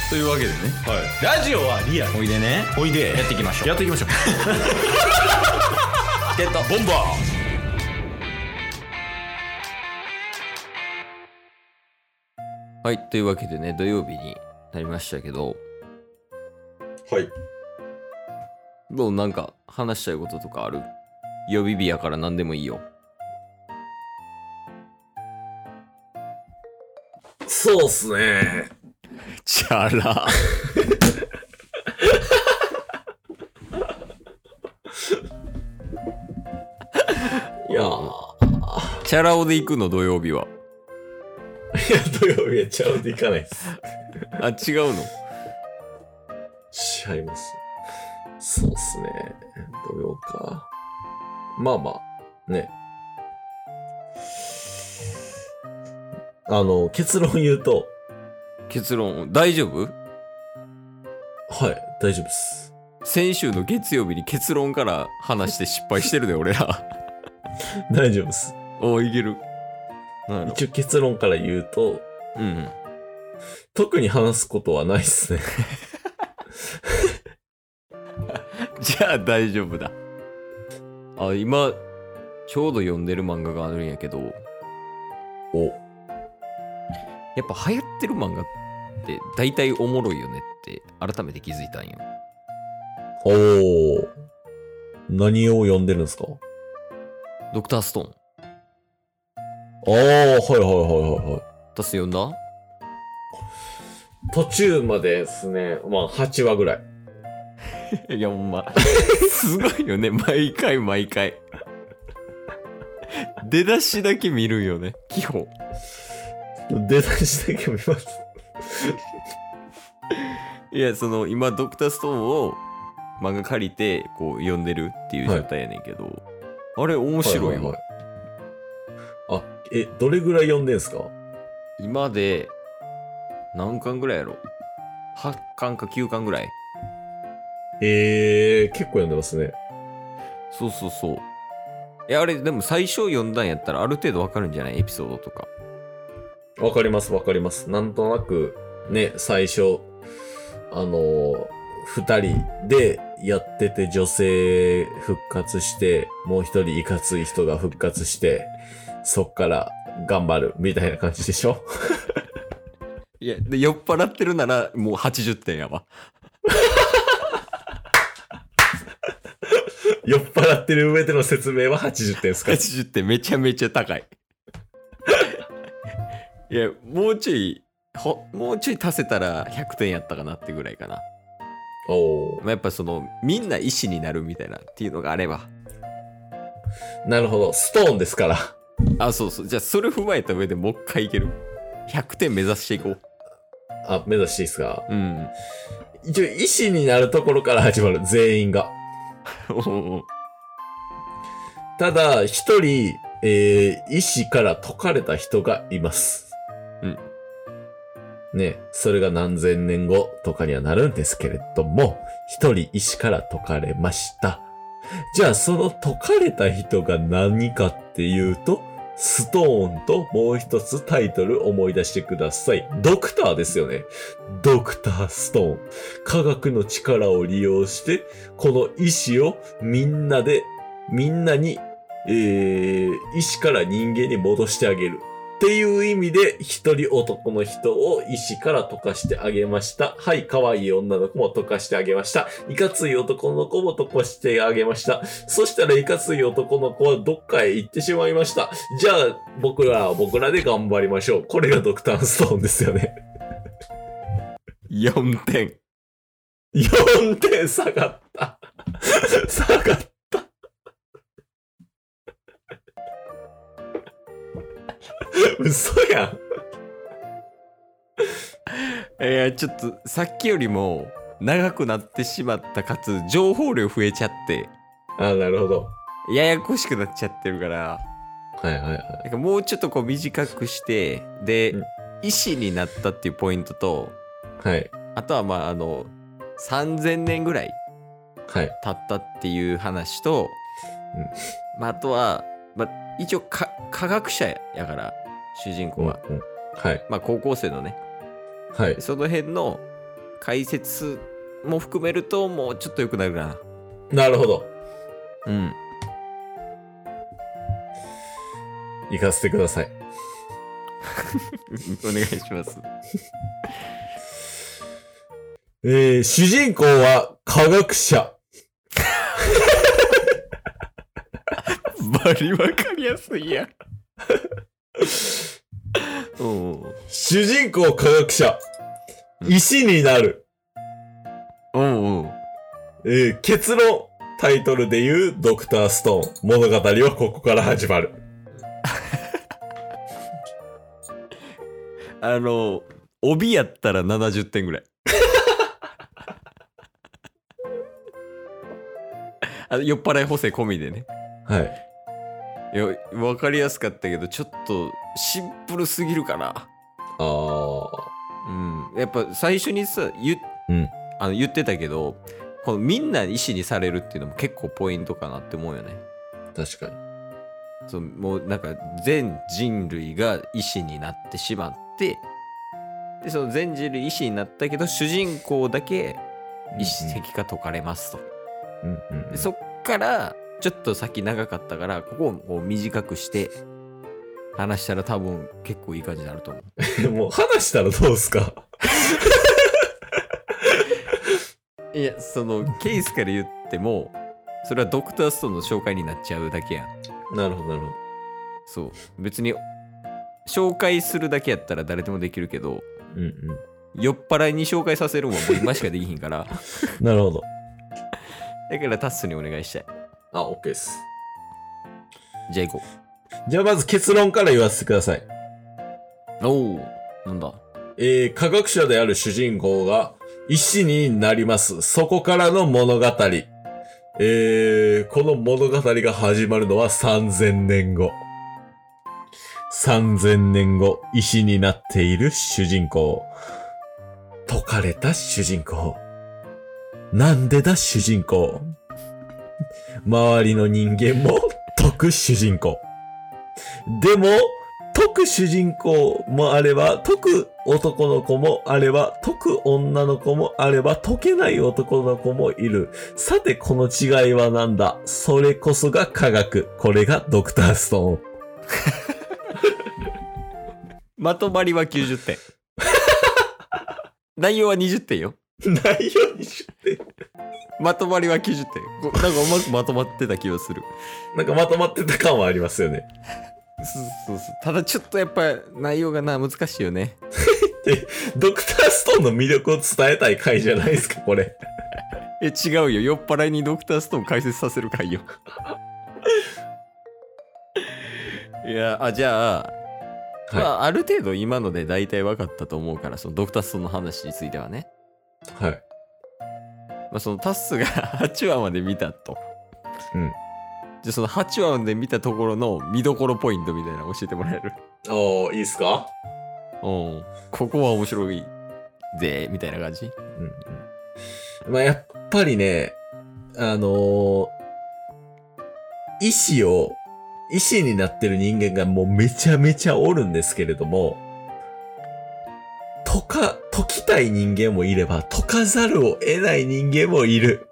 というわけでね、 はい、ラジオはリアル。 おいでね、 おいでやっていきましょう。 やっていきましょうゲットボンバー。はい、というわけでね、土曜日になりましたけど、 はい。 どう、なんか話したいこととかある？予備日やから何でもいいよ。 そうっすね。 チャラ。 いやチャラ男で行くの、土曜日は。 いや、土曜日はちゃうでいかないです。 あ、違うの？ 違います。そうっすね。土曜か。まあまあ、ね。結論言うと、 結論、大丈夫？ はい、大丈夫です。 先週の月曜日に結論から話して失敗してるで、俺ら。 大丈夫です。 お、いける。なんやろ。 一応結論から言うと、 うんうん。 特に話すことはないっすね。 じゃあ大丈夫だ。あ、今、ちょうど読んでる漫画があるんやけど、 お、 やっぱ流行ってる漫画って大体おもろいよねって改めて気づいたんよ。 おー。何を読んでるんですか？ ドクターストーン。 ああ、はいはいはいはいはい。 タス読んだ？ 途中までですね、まあ8話ぐらい。 いや、ほんま。すごいよね、毎回毎回。出だしだけ見るよね、基本。 出だしだけ見ます。 いや、今、ドクターストーンを漫画借りて、こう、読んでるっていう状態やねんけど、あれ、面白いわ。 はいはいはい。あ、どれぐらい読んでんすか？ 今で、何巻ぐらいやろ？ 8 巻か9巻ぐらい。 結構読んでますね。 そうそうそう。あれ、でも最初読んだんやったらある程度わかるんじゃない？エピソードとか。 わかりますわかります。なんとなく、ね、最初、二人でやってて女性復活して、もう一人いかつい人が復活して、そっから頑張るみたいな感じでしょ？ いや、で、酔っ払ってるならもう80点やわ。 酔っ払ってる上での説明は80点ですか ？80点めちゃめちゃ高い。いや、もうちょい足せたら100点やったかなってぐらいかな。 おー。 まあ、やっぱみんな医師になるみたいなっていうのがあれば。 なるほど。ストーンですから。 あ、そうそう。じゃあそれ踏まえた上でもう一回いける？ 100 点目指していこう。 あ、目指していいですか？ うん。 一応、医師になるところから始まる。全員が。ただ、一人、医師から解かれた人がいます。 うん。 ね、それが何千年後とかにはなるんですけれども、一人医師から解かれました。じゃあ、その解かれた人が何かっていうと、ストーンともう一つタイトル思い出してください。ドクターですよね。ドクターストーン。科学の力を利用して、この意志をみんなに、意志から人間に戻してあげる。っていう意味で、一人男の人を意志から溶かしてあげました。はい、可愛い女の子も溶かしてあげました。いかつい男の子も溶かしてあげました。そしたらいかつい男の子はどっかへ行ってしまいました。じゃあ、僕らで頑張りましょう。これがドクターストーンですよね。 4点。 4点下がった。下がった。嘘やん。 いや、ちょっとさっきよりも長くなってしまったかつ情報量増えちゃってあ、なるほど。 ややこしくなっちゃってるから、 はいはいはい。 なんかもうちょっとこう短くしてで、 うん医師になったっていうポイントと、 はい。 あとは3000年ぐらいはい。 経ったっていう話と、あとは、一応科学者やから主人公は、 はい。 高校生のね、 はい。 その辺の解説も含めるともうちょっと良くなるかなるほど。 な。うん。 行かせてください。 お願いします。 主人公は科学者。 バリわかりやすいやん。 主人公科学者。石になる。結論、タイトルで言うドクターストーン。物語はここから始まる。 帯やったら70点ぐらい。酔っ払い補正込みでね。 はい。 いや、わかりやすかったけど、ちょっとシンプルすぎるかな。やっぱ最初にさ、言ってたけど、このみんな石にされるっていうのも結構ポイントかなって思うよね。 確かに。 そう、もうなんか全人類が石になってしまって、でその全人類石になったけど主人公だけ石石が解かれますと。でそっからちょっと先長かったからここをこう短くして話したら多分結構いい感じになると思う。 もう話したらどうすか？ いや、そのケースから言ってもそれはドクターストーンの紹介になっちゃうだけやん。 なるほどなるほど。 そう別に紹介するだけやったら誰でもできるけど、酔っ払いに紹介させるのはもう今しかできひんからなるほど。 だからタッスにお願いしたい。 OK です。 じゃあ行こう。じゃあまず結論から言わせてください。 なんだ。 科学者である主人公が医師になります。そこからの物語。この物語が始まるのは3000年後。3000年後、医師になっている主人公。解かれた主人公。なんでだ主人公。周りの人間も解く主人公。でも、解く主人公もあれば、解く男の子もあれば、解く女の子もあれば、解けない男の子もいる。さて、この違いは何だ？それこそが科学。これがドクターストーン。 まとまりは90点。内容は20点よ。 内容20点。 まとまりは90点。なんかうまくまとまってた気がする。 なんかまとまってた感はありますよね。 そう。ただちょっとやっぱ内容が難しいよね。 ドクターストーンの魅力を伝えたい回じゃないですか、これ。 違うよ。酔っ払いにドクターストーン解説させる回よ。いや、じゃあ、ある程度今ので大体分かったと思うから、そのドクターストーンの話についてはね。 はい。 そのタスが8話まで見たと。じゃあその8話まで見たところの見どころポイントみたいなの教えてもらえる？ いいっすか？ ここは面白いぜ、みたいな感じ？ やっぱりね、医師になってる人間がもうめちゃめちゃおるんですけれども、解きたい人間もいれば、解かざるを得ない人間もいる。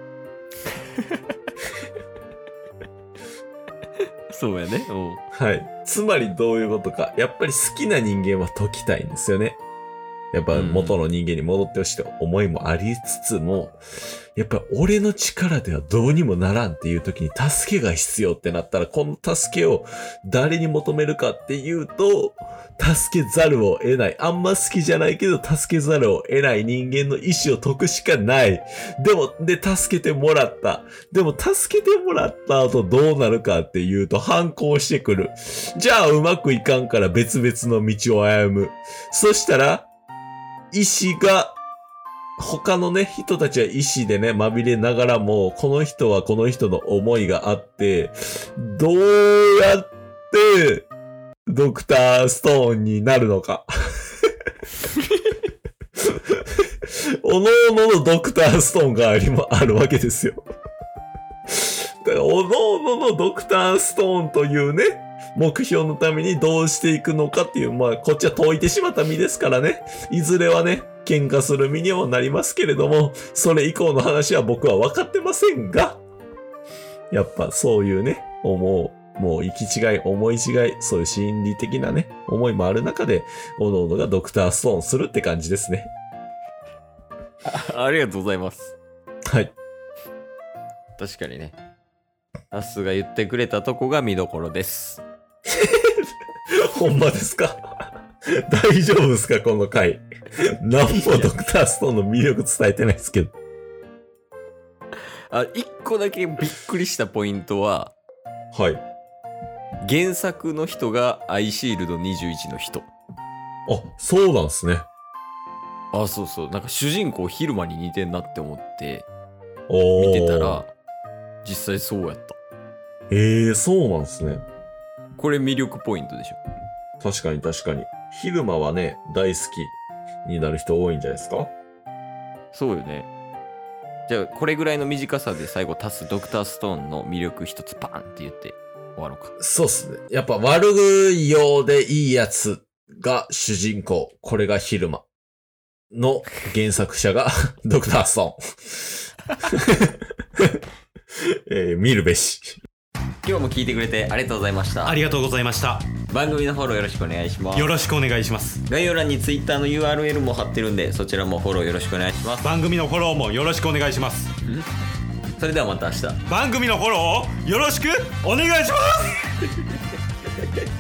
そうやね。 はい。つまりどういうことか。やっぱり好きな人間は解きたいんですよね。やっぱ元の人間に戻ってほしいと思いもありつつも、やっぱ俺の力ではどうにもならんっていう時に助けが必要ってなったら、この助けを誰に求めるかっていうと、助けざるを得ない。あんま好きじゃないけど助けざるを得ない人間の意志を解くしかない。で、助けてもらった。でも助けてもらった後どうなるかっていうと反抗してくる。じゃあうまくいかんから別々の道を歩む。そしたら、医師が、他のね、人たちは医師でね、まみれながらも、この人はこの人の思いがあって、どうやって、ドクターストーンになるのか。おのおののドクターストーンがあるわけですよ。だから、おのおののドクターストーンというね、目標のためにどうしていくのかっていう、こっちは解いてしまった身ですからね。いずれはね、 喧嘩する身にもなりますけれども、それ以降の話は僕は分かってませんが、やっぱそういうね、もう行き違い、思い違い、そういう心理的なね、思いもある中で、おのおのがドクターストーンするって感じですね。 ありがとうございます。 はい。 確かにね。タスが言ってくれたとこが見どころです。 ほんまですか？大丈夫ですかこの回。何もドクターストーンの魅力伝えてないですけど。 一個だけびっくりしたポイントは、 はい。 原作の人がアイシールド21の人。 あ、そうなんすね。 そうそう。なんか主人公昼間に似てんなって思って見見てたら、実際そうやった。 そうなんすね。 これ魅力ポイントでしょ。 確かに確かに。昼間はね、大好きになる人多いんじゃないですか？ そうよね。じゃあこれぐらいの短さで最後足すドクターストーンの魅力一つパーンって言って終わろうか。 そうっすね。やっぱ悪いようでいいやつが主人公。これが昼間の原作者がドクターストーン。見るべし。 今日も聞いてくれてありがとうございました。 ありがとうございました。 番組のフォローよろしくお願いします。 よろしくお願いします。 概要欄に Twitter の URL も貼ってるんで、そちらもフォローよろしくお願いします。 番組のフォローもよろしくお願いします。 それではまた明日。 番組のフォローをよろしくお願いします。